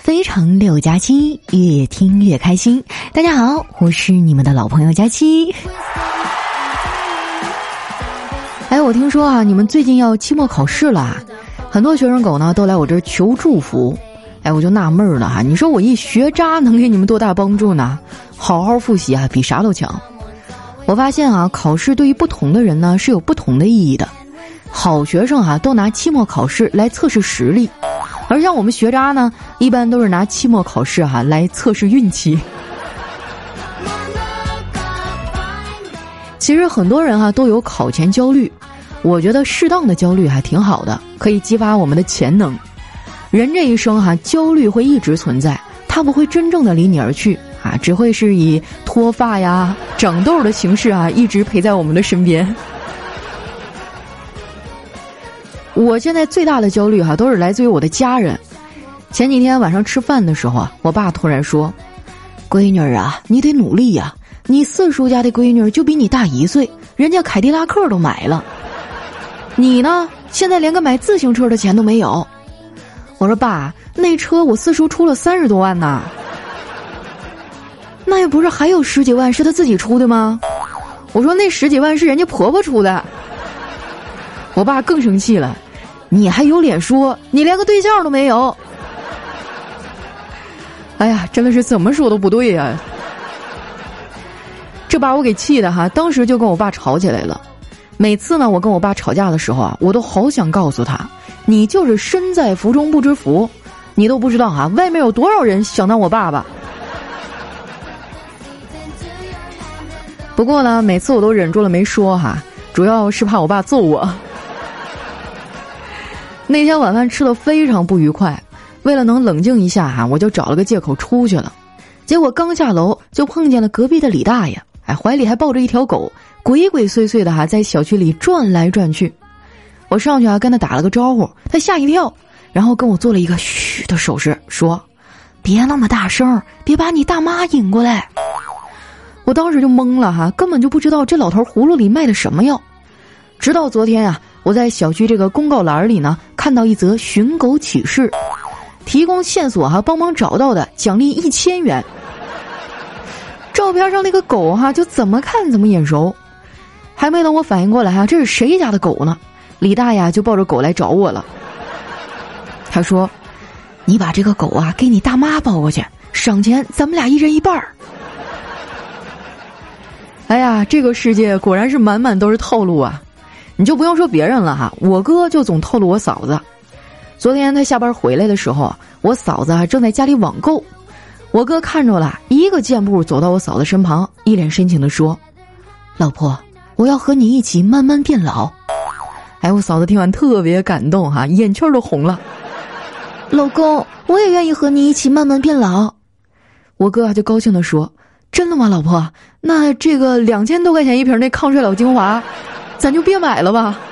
非常6+7，越听越开心。大家好，我是你们的老朋友佳期。我听说啊，你们最近要期末考试了，很多学生狗呢都来我这儿求祝福。我就纳闷了哈，你说我一学渣能给你们多大帮助呢？好好复习啊，比啥都强。我发现啊，考试对于不同的人呢是有不同的意义的。好学生啊都拿期末考试来测试实力，而像我们学渣呢，一般都是拿期末考试来测试运气。其实很多人都有考前焦虑，我觉得适当的焦虑还挺好的，可以激发我们的潜能。人这一生焦虑会一直存在，它不会真正的离你而去只会是以脱发呀、长痘的形式一直陪在我们的身边。我现在最大的焦虑都是来自于我的家人。前几天晚上吃饭的时候我爸突然说：“闺女啊，你得努力呀，你四叔家的闺女就比你大1岁，人家凯迪拉克都买了，你呢，现在连个买自行车的钱都没有。”我说：“爸，那车我四叔出了30多万呢。”那也不是还有10几万是他自己出的吗？我说那10几万是人家婆婆出的。我爸更生气了，你还有脸说，你连个对象都没有。哎呀，真的是怎么说都不对呀。这把我给气的当时就跟我爸吵起来了。每次呢我跟我爸吵架的时候我都好想告诉他，你就是身在福中不知福，你都不知道外面有多少人想当我爸爸。不过呢每次我都忍住了没说主要是怕我爸揍我。那天晚饭吃得非常不愉快，为了能冷静一下我就找了个借口出去了。结果刚下楼就碰见了隔壁的李大爷，怀里还抱着一条狗，鬼鬼祟祟的在小区里转来转去。我上去跟他打了个招呼，他吓一跳，然后跟我做了一个嘘的手势，说：“别那么大声，别把你大妈引过来。”我当时就懵了根本就不知道这老头葫芦里卖的什么药。直到昨天我在小区这个公告栏里呢看到一则寻狗启事，提供线索帮忙找到的奖励1000元。照片上那个狗就怎么看怎么眼熟。还没等我反应过来这是谁家的狗呢，李大爷就抱着狗来找我了。他说：“你把这个狗给你大妈抱过去，赏钱咱们俩一人一半。”哎呀，这个世界果然是满满都是套路啊。你就不用说别人了我哥就总套路我嫂子。昨天他下班回来的时候我嫂子正在家里网购，我哥看着了，一个箭步走到我嫂子身旁，一脸深情地说：“老婆，我要和你一起慢慢变老。”我嫂子听完特别感动眼圈都红了。老公，我也愿意和你一起慢慢变老。我哥就高兴地说：“真的吗，老婆？那这个2000多块钱一瓶那抗衰老精华，咱就别买了吧。”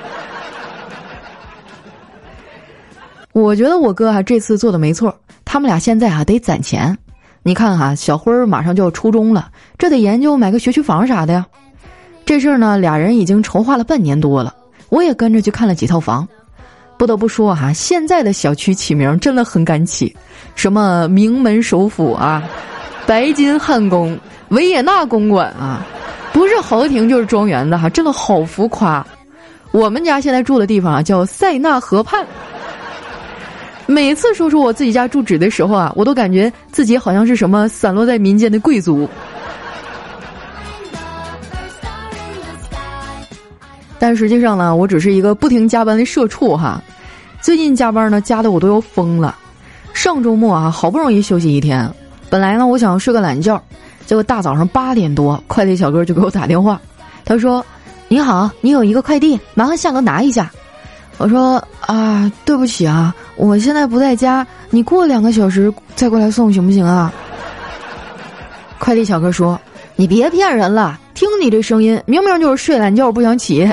我觉得我哥这次做的没错，他们俩现在得攒钱。你看小辉儿马上就要初中了，这得研究买个学区房啥的呀。这事儿呢，俩人已经筹划了半年多了，我也跟着去看了几套房。不得不说现在的小区起名真的很敢起，什么名门首府白金汉宫、维也纳公馆不是豪庭就是庄园的真的好浮夸。我们家现在住的地方叫塞纳河畔。每次说出我自己家住址的时候我都感觉自己好像是什么散落在民间的贵族。但实际上呢，我只是一个不停加班的社畜最近加班呢加的我都要疯了。上周末好不容易休息一天，本来呢我想睡个懒觉，结果大早上8点多快递小哥就给我打电话，他说：“你好，你有一个快递，麻烦下楼拿一下。”我说：“对不起我现在不在家，你过2个小时再过来送行不行啊？”快递小哥说：“你别骗人了，听你这声音明明就是睡懒觉不想起。”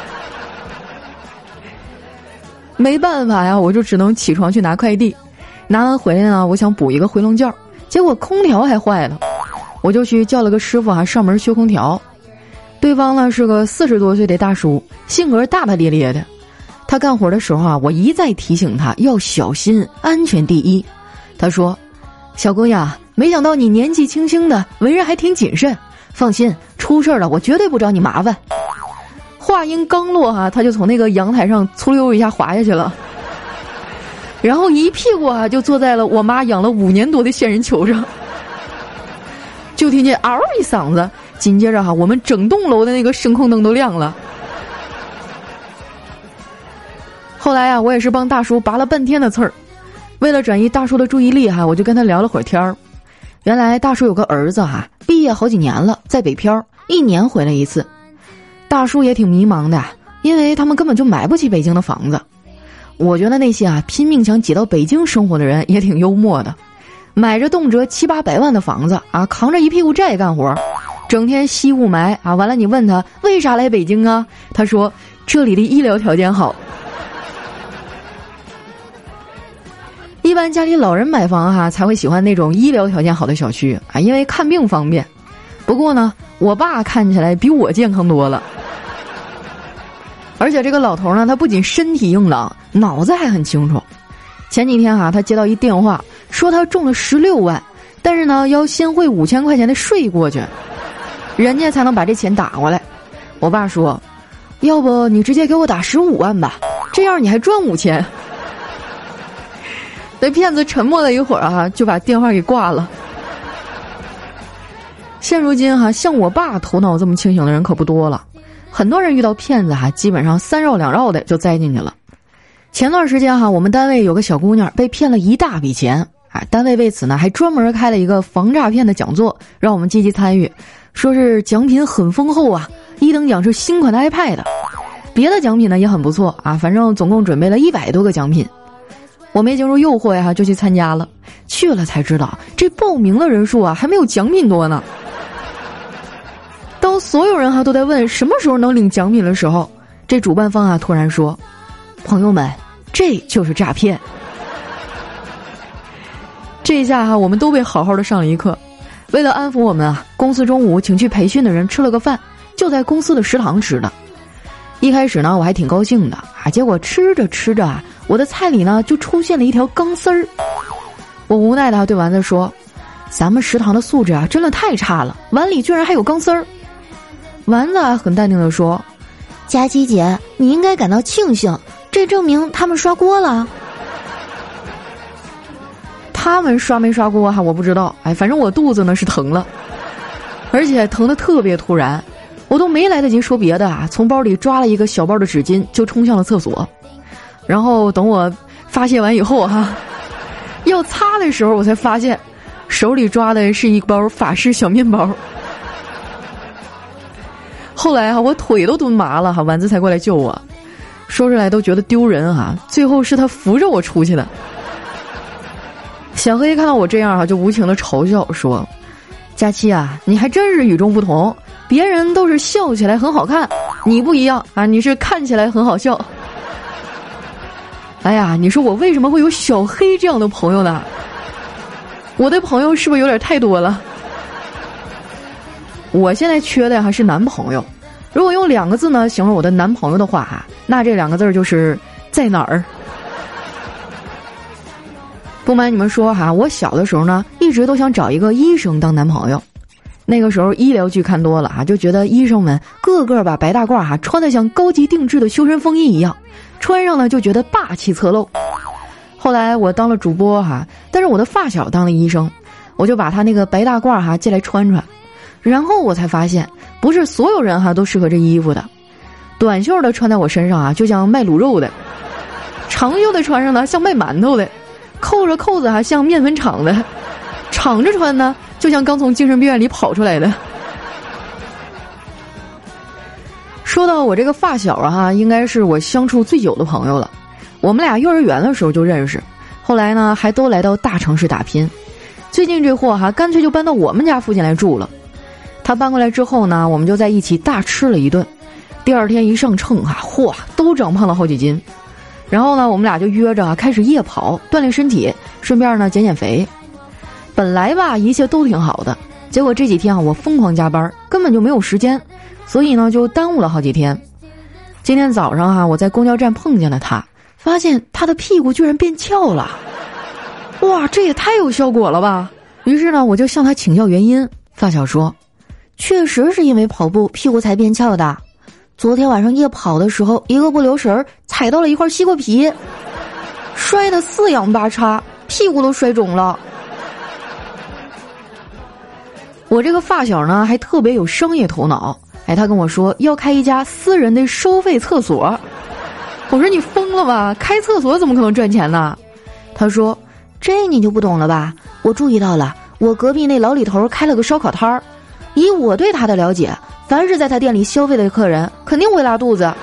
没办法呀，我就只能起床去拿快递。拿完回来呢，我想补一个回笼觉，结果空调还坏了，我就去叫了个师傅上门修空调。对方呢是个40多岁的大叔，性格大大咧咧的。他干活的时候我一再提醒他要小心，安全第一。他说：“ 小姑娘，没想到你年纪轻轻的，为人还挺谨慎。放心，出事了我绝对不找你麻烦。话音刚落他就从那个阳台上粗溜一下滑下去了，然后一屁股就坐在了我妈养了5年多的仙人球上。就听见嗷一嗓子，紧接着我们整栋楼的那个声控灯都亮了。后来我也是帮大叔拔了半天的刺儿，为了转移大叔的注意力我就跟他聊了会儿天儿。原来大叔有个儿子毕业好几年了，在北漂，1年回来一次。大叔也挺迷茫的，因为他们根本就买不起北京的房子。我觉得那些拼命想挤到北京生活的人也挺幽默的，买着动辄700-800万的房子扛着一屁股债干活，整天吸雾霾完了你问他为啥来北京啊，他说这里的医疗条件好。一般家里老人买房才会喜欢那种医疗条件好的小区因为看病方便。不过呢，我爸看起来比我健康多了。而且这个老头呢，他不仅身体硬朗，脑子还很清楚。前几天他接到一电话，说他中了16万，但是呢要先汇5000块钱的税过去，人家才能把这钱打过来。我爸说，要不你直接给我打15万吧，这样你还赚5000。那骗子沉默了一会儿就把电话给挂了。现如今像我爸头脑这么清醒的人可不多了，很多人遇到骗子基本上3绕2绕的就栽进去了。前段时间我们单位有个小姑娘被骗了一大笔钱单位为此呢还专门开了一个防诈骗的讲座，让我们积极参与，说是奖品很丰厚1等奖是新款的 iPad， 别的奖品呢也很不错反正总共准备了100多个奖品。我没经住诱惑就去参加了，去了才知道这报名的人数还没有奖品多呢。当所有人都在问什么时候能领奖品的时候，这主办方突然说，朋友们，这就是诈骗。这一下我们都被好好的上了一课。为了安抚我们公司中午请去培训的人吃了个饭，就在公司的食堂吃的。一开始呢我还挺高兴的结果吃着吃着我的菜里呢就出现了一条钢丝儿。我无奈的对丸子说，咱们食堂的素质真的太差了，碗里居然还有钢丝儿。丸子很淡定的说，佳琪姐，你应该感到庆幸，这证明他们刷锅了。他们刷没刷锅我不知道，反正我肚子呢是疼了，而且疼得特别突然，我都没来得及说别的从包里抓了一个小包的纸巾就冲向了厕所。然后等我发泄完以后要擦的时候，我才发现手里抓的是一包法式小面包。后来我腿都蹲麻了丸子才过来救我，说出来都觉得丢人最后是他扶着我出去的。小黑看到我这样就无情的嘲笑说，佳期你还真是与众不同，别人都是笑起来很好看，你不一样你是看起来很好笑。哎呀，你说我为什么会有小黑这样的朋友呢？我的朋友是不是有点太多了？我现在缺的是男朋友。如果用2个字呢形容我的男朋友的话那这2个字就是在哪儿。不瞒你们说我小的时候呢一直都想找一个医生当男朋友。那个时候医疗剧看多了就觉得医生们个个把白大褂穿得像高级定制的修身风衣一样，穿上呢就觉得霸气侧漏。后来我当了主播但是我的发小当了医生，我就把他那个白大褂借来穿穿，然后我才发现不是所有人都适合这衣服的。短袖的穿在我身上就像卖卤肉的，长袖的穿上呢像卖馒头的，扣着扣子像面粉厂的，敞着穿呢就像刚从精神病院里跑出来的。说到我这个发小应该是我相处最久的朋友了。我们俩幼儿园的时候就认识，后来呢还都来到大城市打拼。最近这货干脆就搬到我们家附近来住了。他搬过来之后呢，我们就在一起大吃了一顿。第二天一上秤嚯，都长胖了好几斤。然后呢，我们俩就约着开始夜跑，锻炼身体，顺便呢减减肥。本来吧一切都挺好的，结果这几天我疯狂加班，根本就没有时间，所以呢就耽误了好几天。今天早上我在公交站碰见了他，发现他的屁股居然变翘了。 哇，这也太有效果了吧！于是呢，我就向他请教原因。发小说，确实是因为跑步屁股才变翘的。昨天晚上夜跑的时候，一个不留神踩到了一块西瓜皮，摔得四仰八叉，屁股都摔肿了。我这个发小呢，还特别有商业头脑。他跟我说要开一家私人的收费厕所。我说你疯了吧，开厕所怎么可能赚钱呢？他说这你就不懂了吧，我注意到了，我隔壁那老李头开了个烧烤摊儿，以我对他的了解，凡是在他店里消费的客人肯定会拉肚子。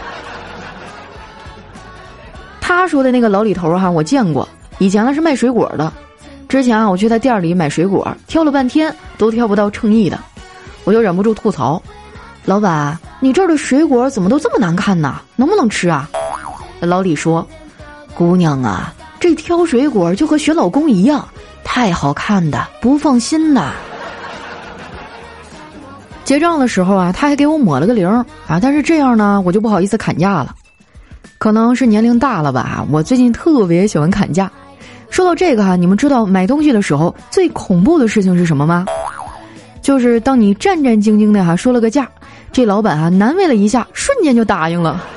他说的那个老李头我见过，以前是卖水果的。之前我去他店里买水果，挑了半天都挑不到称意的，我就忍不住吐槽，老板，你这儿的水果怎么都这么难看呢？能不能吃啊？老李说，姑娘啊，这挑水果就和选老公一样，太好看的不放心的。结账的时候他还给我抹了个零但是这样呢，我就不好意思砍价了。可能是年龄大了吧，我最近特别喜欢砍价。说到这个你们知道买东西的时候最恐怖的事情是什么吗？就是当你战战兢兢的说了个价，这老板难为了一下，瞬间就答应了。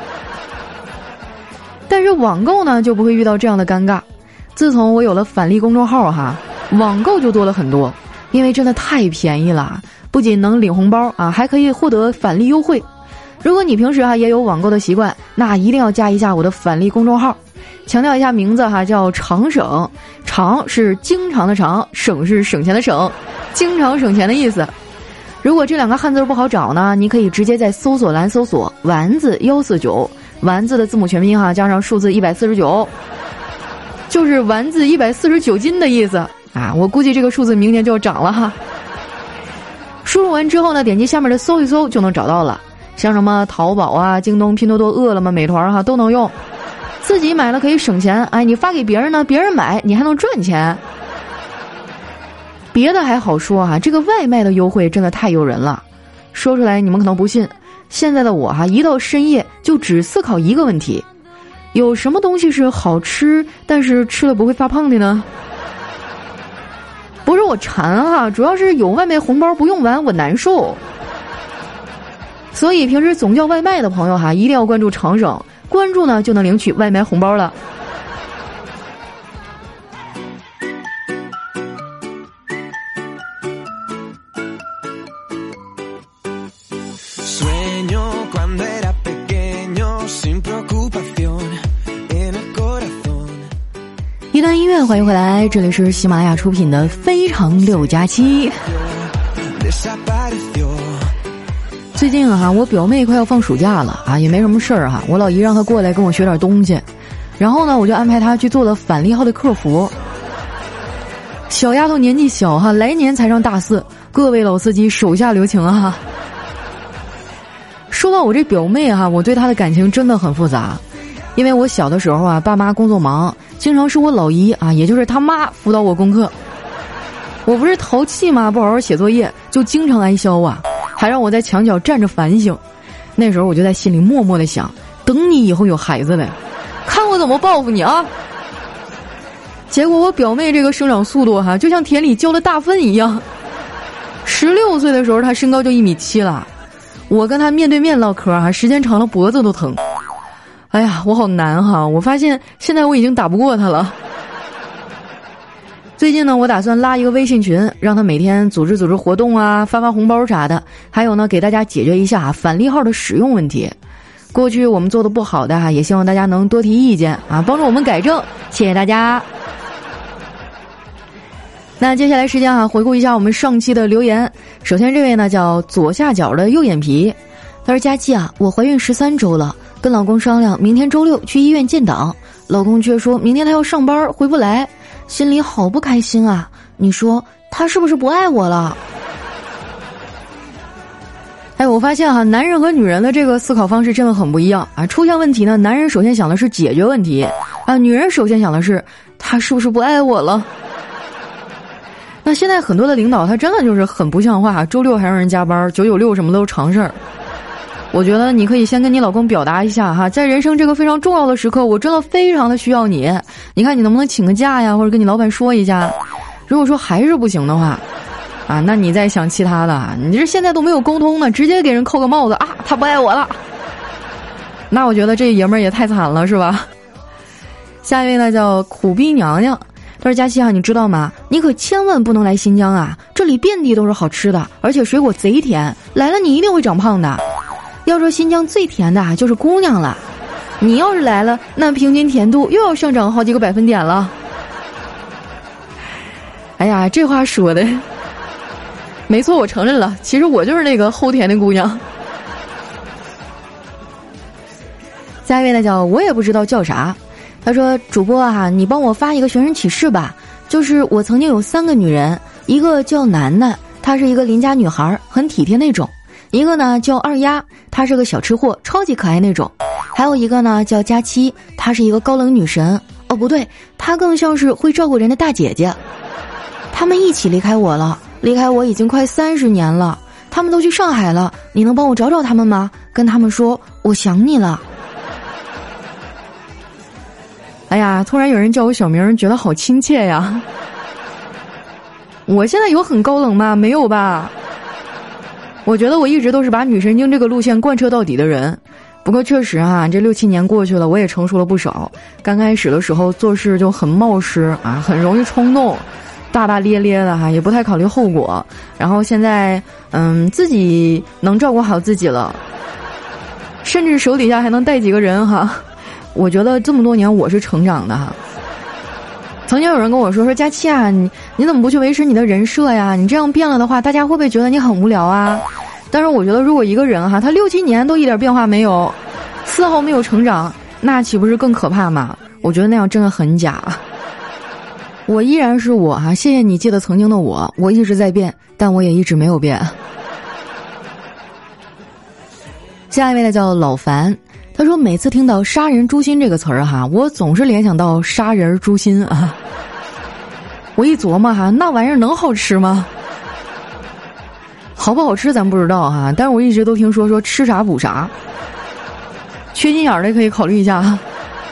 但是网购呢就不会遇到这样的尴尬。自从我有了返利公众号网购就多了很多，因为真的太便宜了，不仅能领红包还可以获得返利优惠。如果你平时也有网购的习惯，那一定要加一下我的返利公众号。强调一下名字叫常省，常是经常的常，省是省钱的省，经常省钱的意思。如果这两个汉字不好找呢，你可以直接在搜索栏搜索丸子149，丸子的字母全拼加上数字149，就是丸子149斤的意思我估计这个数字明年就要涨了输入完之后呢，点击下面的搜一搜就能找到了，像什么淘宝京东、拼多多、饿了么、美团都能用。自己买了可以省钱，你发给别人呢，别人买你还能赚钱。别的还好说这个外卖的优惠真的太诱人了。说出来你们可能不信，现在的我一到深夜就只思考一个问题：有什么东西是好吃但是吃了不会发胖的呢？不是我馋主要是有外卖红包不用完我难受。所以平时总叫外卖的朋友一定要关注常省，关注呢就能领取外卖红包了。一段音乐，欢迎回来，这里是喜马拉雅出品的非常6+7。最近我表妹快要放暑假了也没什么事儿我老姨让她过来跟我学点东西，然后呢我就安排她去做了返利号的客服。小丫头年纪小来年才上大4，各位老司机手下留情说到我这表妹我对她的感情真的很复杂，因为我小的时候爸妈工作忙，经常是我老姨也就是她妈辅导我功课。我不是淘气吗？不好好写作业就经常挨削还让我在墙角站着反省。那时候我就在心里默默的想，等你以后有孩子了，看我怎么报复你结果我表妹这个生长速度就像田里浇了大粪一样。16岁的时候她身高就1.7米了，我跟她面对面唠嗑时间长了脖子都疼。哎呀，我好难我发现现在我已经打不过她了。最近呢，我打算拉一个微信群，让他每天组织活动发发红包啥的，还有呢，给大家解决一下返利号的使用问题。过去我们做的不好的也希望大家能多提意见帮助我们改正，谢谢大家。那接下来时间回顾一下我们上期的留言。首先这位呢叫左下角的右眼皮，他说：佳期我怀孕13周了，跟老公商量明天周6去医院建档，老公却说明天他要上班回不来，心里好不开心你说他是不是不爱我了？我发现男人和女人的这个思考方式真的很不一样出现问题呢，男人首先想的是解决问题女人首先想的是他是不是不爱我了？那现在很多的领导他真的就是很不像话，周6还让人加班，996什么都是常事儿。我觉得你可以先跟你老公表达一下在人生这个非常重要的时刻，我真的非常的需要你你看你能不能请个假呀，或者跟你老板说一下。如果说还是不行的话啊，那你再想其他的。你这现在都没有沟通呢，直接给人扣个帽子啊，他不爱我了。那我觉得这爷们儿也太惨了，是吧？下一位呢叫苦逼娘娘，他说佳期啊，你知道吗？你可千万不能来新疆啊，这里遍地都是好吃的，而且水果贼甜，来了你一定会长胖的。要说新疆最甜的就是姑娘了，你要是来了，那平均甜度又要上涨好几个百分点了。哎呀，这话说的没错，我承认了，其实我就是那个齁甜的姑娘。下一位呢叫我也不知道叫啥，他说主播啊，你帮我发一个寻人启事吧，就是我曾经有3个女人，一个叫楠楠，她是一个邻家女孩，很体贴那种，一个呢叫二丫，她是个小吃货，超级可爱那种，还有一个呢叫佳期，她是一个高冷女神，哦不对，她更像是会照顾人的大姐姐。他们一起离开我了，离开我已经快30年了，他们都去上海了，你能帮我找找他们吗？跟他们说我想你了。哎呀，突然有人叫我小名，觉得好亲切呀。我现在有很高冷吗？没有吧。我觉得我一直都是把女神经这个路线贯彻到底的人。不过确实啊，这6、7年过去了，我也成熟了不少。刚开始的时候做事就很冒失啊，很容易冲动，大大咧咧的哈，也不太考虑后果。然后现在自己能照顾好自己了，甚至手底下还能带几个人哈。我觉得这么多年我是成长的哈。曾经有人跟我说佳期啊，你怎么不去维持你的人设呀？你这样变了的话，大家会不会觉得你很无聊啊？但是我觉得如果一个人哈，他6、7年都一点变化没有，丝毫没有成长，那岂不是更可怕吗？我觉得那样真的很假。我依然是我哈，谢谢你记得曾经的我，我一直在变，但我也一直没有变。下一位呢叫老樊，他说每次听到杀人诛心这个词儿哈，我总是联想到杀人诛心啊。我一琢磨哈，那玩意儿能好吃吗？好不好吃咱不知道哈，但是我一直都听说吃啥补啥，缺心眼儿的可以考虑一下哈。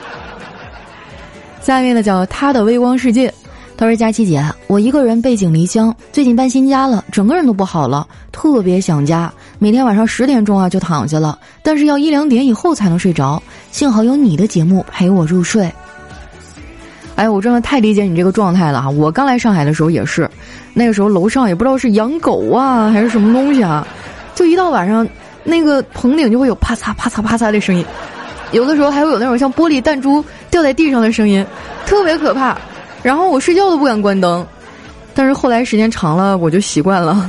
下面呢叫他的微光世界，他说佳期姐，我一个人背井离乡，最近搬新家了，整个人都不好了，特别想家，每天晚上10点钟啊就躺下了，但是要1、2点以后才能睡着，幸好有你的节目陪我入睡。哎，我真的太理解你这个状态了哈！我刚来上海的时候也是，那个时候楼上也不知道是养狗啊还是什么东西啊，就一到晚上，那个棚顶就会有啪嚓啪嚓啪嚓的声音，有的时候还会有那种像玻璃弹珠掉在地上的声音，特别可怕。然后我睡觉都不敢关灯，但是后来时间长了我就习惯了。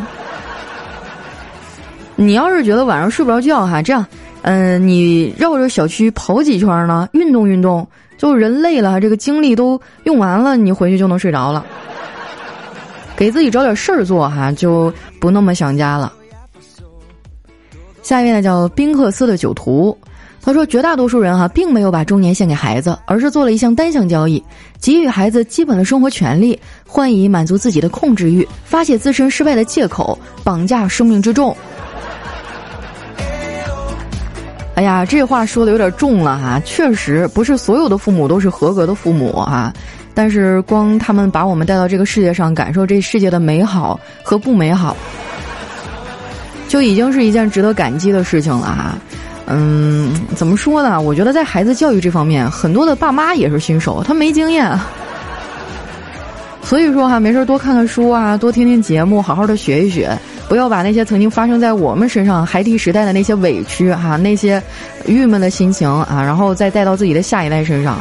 你要是觉得晚上睡不着觉哈，这样，你绕着小区跑几圈呢，运动运动。就人累了，这个精力都用完了，你回去就能睡着了。给自己找点事儿做哈，就不那么想家了。下一位呢叫宾克斯的酒徒，他说绝大多数人哈并没有把中年献给孩子，而是做了一项单向交易，给予孩子基本的生活权利，换以满足自己的控制欲，发泄自身失败的借口，绑架生命之重。哎呀，这话说的有点重了哈，确实不是所有的父母都是合格的父母啊，但是光他们把我们带到这个世界上，感受这世界的美好和不美好，就已经是一件值得感激的事情了哈。怎么说呢？我觉得在孩子教育这方面，很多的爸妈也是新手，他没经验。所以说哈，没事多看看书啊，多听听节目，好好的学一学，不要把那些曾经发生在我们身上孩提时代的那些委屈哈，那些郁闷的心情啊，然后再带到自己的下一代身上。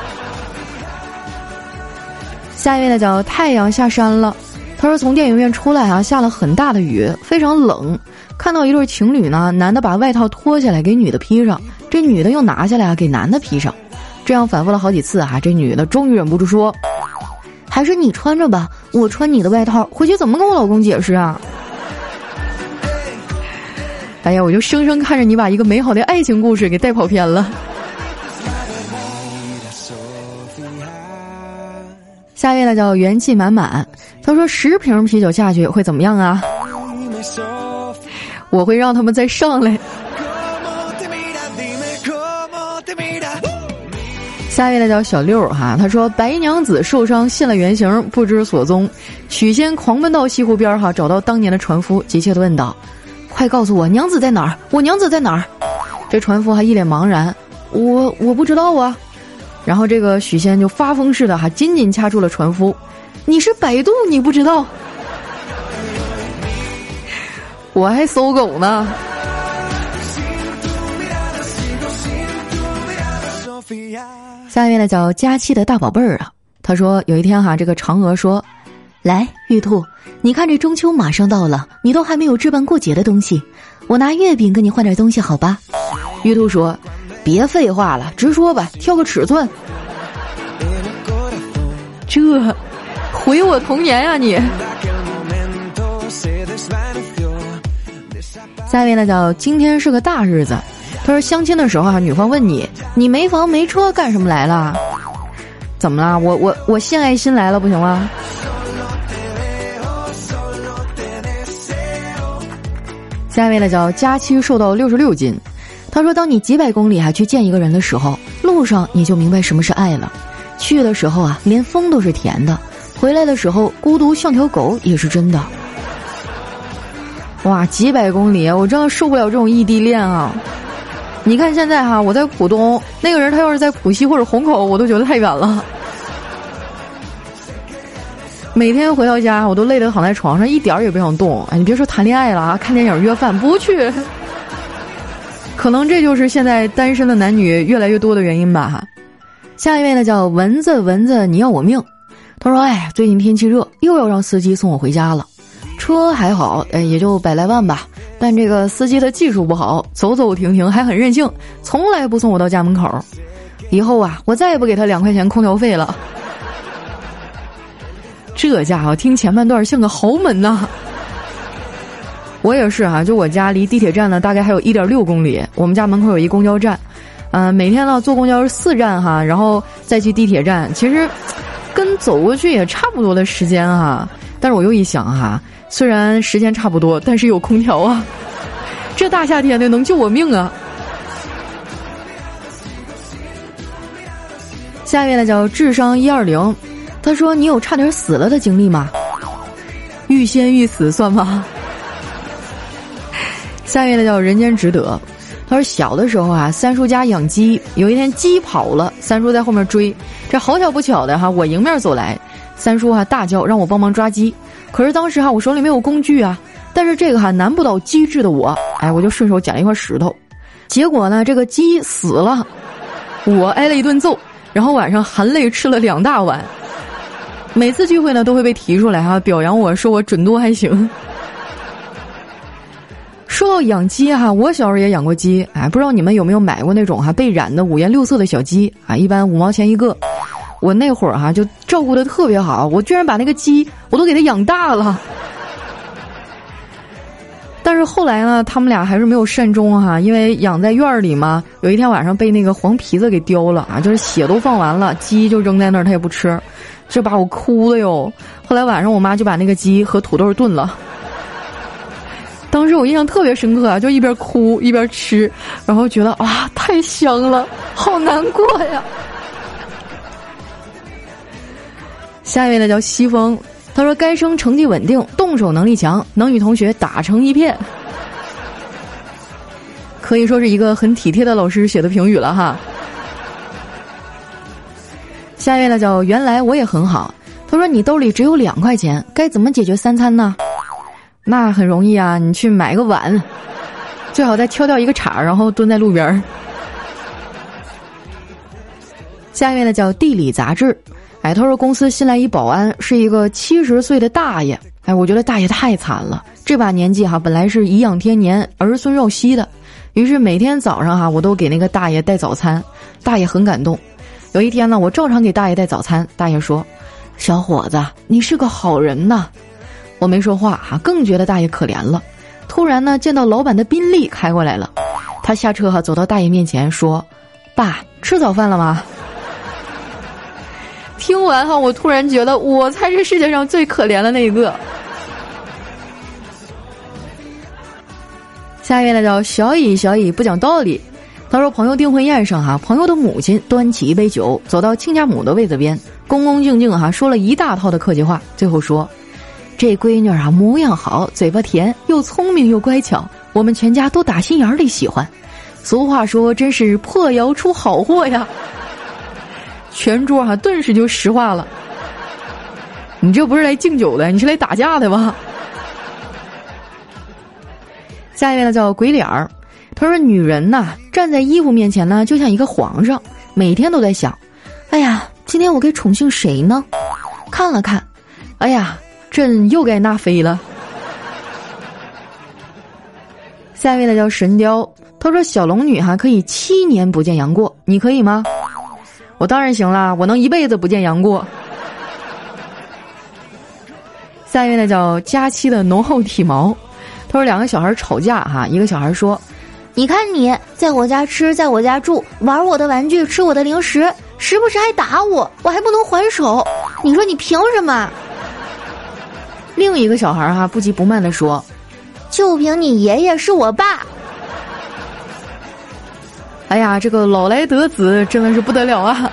下一位呢叫太阳下山了，他说从电影院出来啊，下了很大的雨，非常冷，看到一对情侣呢，男的把外套脱下来给女的披上，这女的又拿下来啊给男的披上，这样反复了好几次啊，这女的终于忍不住说，还是你穿着吧，我穿你的外套，回去怎么跟我老公解释啊？哎呀，我就生生看着你把一个美好的爱情故事给带跑偏了。下一位呢叫元气满满，他说10瓶啤酒下去会怎么样啊？我会让他们再上来。 下一位呢叫小六哈，他说白衣娘子受伤现了原形，不知所踪。许仙狂奔到西湖边哈，找到当年的船夫，急切地问道：“快告诉我娘子在哪儿？我娘子在哪儿？”这船夫还一脸茫然：“我不知道啊。”然后这个许仙就发疯似的哈，紧紧掐住了船夫：“你是百度，你不知道？我还搜狗呢。”下一位呢叫佳期的大宝贝儿啊，他说有一天哈，这个嫦娥说：“来，玉兔，你看这中秋马上到了，你都还没有置办过节的东西，我拿月饼跟你换点东西好吧？”玉兔说：“别废话了，直说吧，挑个尺寸。”这毁我童年呀你！下一位呢叫今天是个大日子。他说相亲的时候啊，女方问你没房没车干什么来了？怎么了？我献爱心来了，不行吗？下一位呢叫佳期瘦到66斤。他说当你几百公里还去见一个人的时候，路上你就明白什么是爱了。去的时候啊，连风都是甜的，回来的时候孤独像条狗也是真的。哇，几百公里，我真的受不了这种异地恋啊！你看现在哈，我在浦东，那个人他要是在浦西或者虹口，我都觉得太远了。每天回到家，我都累得躺在床上，一点儿也不想动。哎，你别说谈恋爱了啊，看电影约饭不去。可能这就是现在单身的男女越来越多的原因吧哈。下一位呢叫蚊子，蚊子你要我命。他说：“哎，最近天气热，又要让司机送我回家了。车还好，也就100来万吧。但这个司机的技术不好，走走停停还很任性，从来不送我到家门口。以后啊，我再也不给他2块钱空调费了。”这家伙听前半段像个豪门呐。我也是啊，就我家离地铁站呢大概还有1.6公里，我们家门口有一公交站，每天呢坐公交是4站哈，然后再去地铁站，其实跟走过去也差不多的时间哈。但是我又一想哈，虽然时间差不多，但是有空调啊，这大夏天的能救我命啊。下一位呢叫智商120，他说你有差点死了的经历吗？欲仙欲死算吗？下一位呢叫人间值得，他说小的时候啊，三叔家养鸡，有一天鸡跑了，三叔在后面追，这好巧不巧的哈，我迎面走来，三叔大叫让我帮忙抓鸡，可是当时我手里没有工具啊，但是这个难不倒机智的我，我就顺手捡了一块石头，结果呢这个鸡死了，我挨了一顿揍，然后晚上含泪吃了2大碗。每次聚会呢都会被提出来表扬我，说我准度还行。说到养鸡我小时候也养过鸡，不知道你们有没有买过那种被染的5颜6色的小鸡一般5毛钱一个。我那会儿就照顾得特别好，我居然把那个鸡我都给它养大了。但是后来呢，他们俩还是没有善终因为养在院里嘛，有一天晚上被那个黄皮子给叼了就是血都放完了，鸡就扔在那儿，他也不吃，这把我哭的哟。后来晚上我妈就把那个鸡和土豆炖了。当时我印象特别深刻就一边哭一边吃，然后觉得太香了，好难过呀。下一位呢叫西风，他说该生成绩稳定，动手能力强，能与同学打成一片。可以说是一个很体贴的老师写的评语了哈。下一位呢叫原来我也很好，他说你兜里只有2块钱，该怎么解决3餐呢？那很容易啊，你去买个碗，最好再挑掉一个叉，然后蹲在路边。下一位呢叫地理杂志，他说公司新来一保安，是一个70岁的大爷，我觉得大爷太惨了，这把年纪本来是颐养天年儿孙绕膝的，于是每天早上我都给那个大爷带早餐，大爷很感动。有一天呢，我照常给大爷带早餐，大爷说：“小伙子，你是个好人呐。”我没说话更觉得大爷可怜了。突然呢，见到老板的宾利开过来了，他下车走到大爷面前说：“爸，吃早饭了吗？”听完我突然觉得我才是世界上最可怜的那一个。下一位呢叫小乙，小乙不讲道理， 他说朋友订婚宴上朋友的母亲端起一杯酒，走到亲家母的位子边，恭恭敬敬说了一大套的客气话，最后说：“这闺女模样好，嘴巴甜，又聪明又乖巧，我们全家都打心眼里喜欢。俗话说，真是破窑出好货呀。”全桌顿时就石化了。你这不是来敬酒的，你是来打架的吧？下一位呢叫鬼脸儿，他说女人站在衣服面前就像一个皇上，每天都在想，哎呀，今天我该宠幸谁呢？看了看，哎呀，朕又该纳妃了。下一位呢叫神雕，他说小龙女可以7年不见杨过，你可以吗？我当然行啦，我能一辈子不见杨过。下一位呢叫佳期的浓厚体毛，他说2个小孩吵架一个小孩说，你看你在我家吃，在我家住，玩我的玩具，吃我的零食，时不时还打我，我还不能还手，你说你凭什么？另一个小孩不急不慢地说，就凭你爷爷是我爸。哎呀，这个老来得子真的是不得了啊。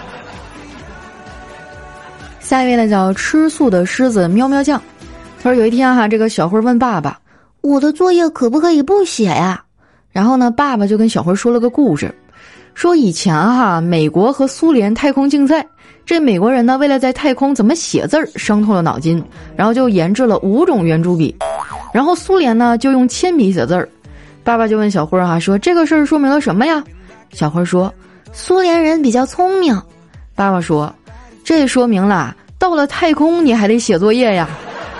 下一位呢叫吃素的狮子喵喵酱，他说有一天这个小辉问爸爸，我的作业可不可以不写呀？然后呢，爸爸就跟小辉说了个故事，说以前美国和苏联太空竞赛，这美国人呢为了在太空怎么写字儿伤透了脑筋，然后就研制了5种圆珠笔，然后苏联呢就用铅笔写字儿。爸爸就问小辉说这个事儿说明了什么呀？小辉说苏联人比较聪明。爸爸说这说明了到了太空你还得写作业呀。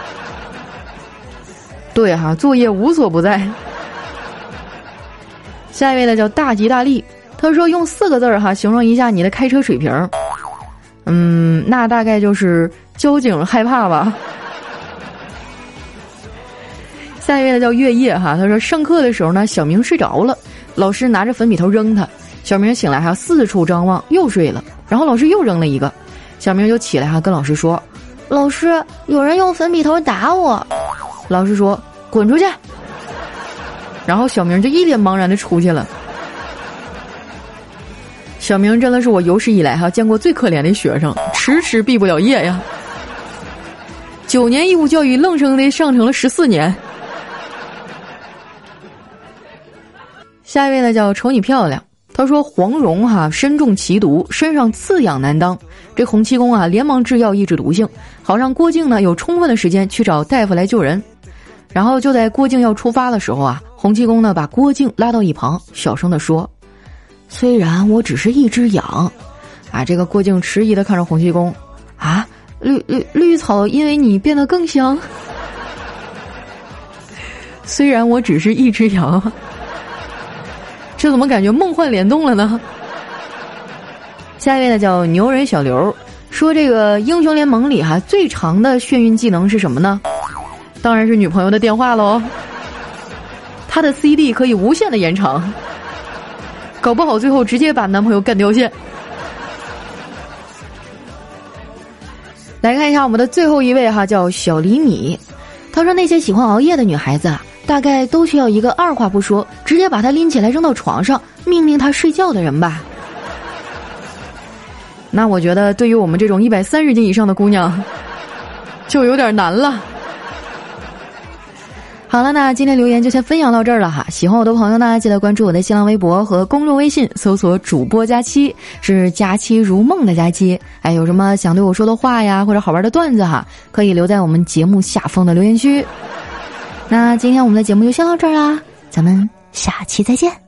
对作业无所不在。下一位呢叫大吉大利，他说用4个字形容一下你的开车水平，那大概就是交警害怕吧。下一位呢叫月夜他说上课的时候呢，小明睡着了，老师拿着粉笔头扔他，小明醒来四处张望，又睡了，然后老师又扔了一个，小明就起来跟老师说，老师有人用粉笔头打我。老师说滚出去。然后小明就一脸茫然的出去了。小明真的是我有史以来见过最可怜的学生，迟迟毕不了业呀。9年义务教育愣生的上成了14年。下一位呢叫瞅你漂亮，他说黄蓉身中奇毒，身上刺痒难当，这洪七公连忙制药抑制毒性，好让郭靖呢有充分的时间去找大夫来救人。然后就在郭靖要出发的时候洪七公呢把郭靖拉到一旁，小声地说，虽然我只是一只羊这个郭靖迟疑地看着洪七公，绿草因为你变得更香。虽然我只是一只羊，这怎么感觉梦幻联动了呢？下一位呢叫牛人小刘，说这个英雄联盟里最长的眩晕技能是什么呢？当然是女朋友的电话喽。他的 CD 可以无限的延长，搞不好最后直接把男朋友干掉线。来看一下我们的最后一位叫小厘米，他说那些喜欢熬夜的女孩子大概都需要一个二话不说直接把她拎起来扔到床上命令她睡觉的人吧。那我觉得对于我们这种130斤以上的姑娘就有点难了。好了，那今天留言就先分享到这儿了喜欢我的朋友呢，记得关注我的新浪微博和公众微信，搜索主播佳期，是佳期如梦的佳期。有什么想对我说的话呀，或者好玩的段子可以留在我们节目下方的留言区。那今天我们的节目就先到这儿啦，咱们下期再见。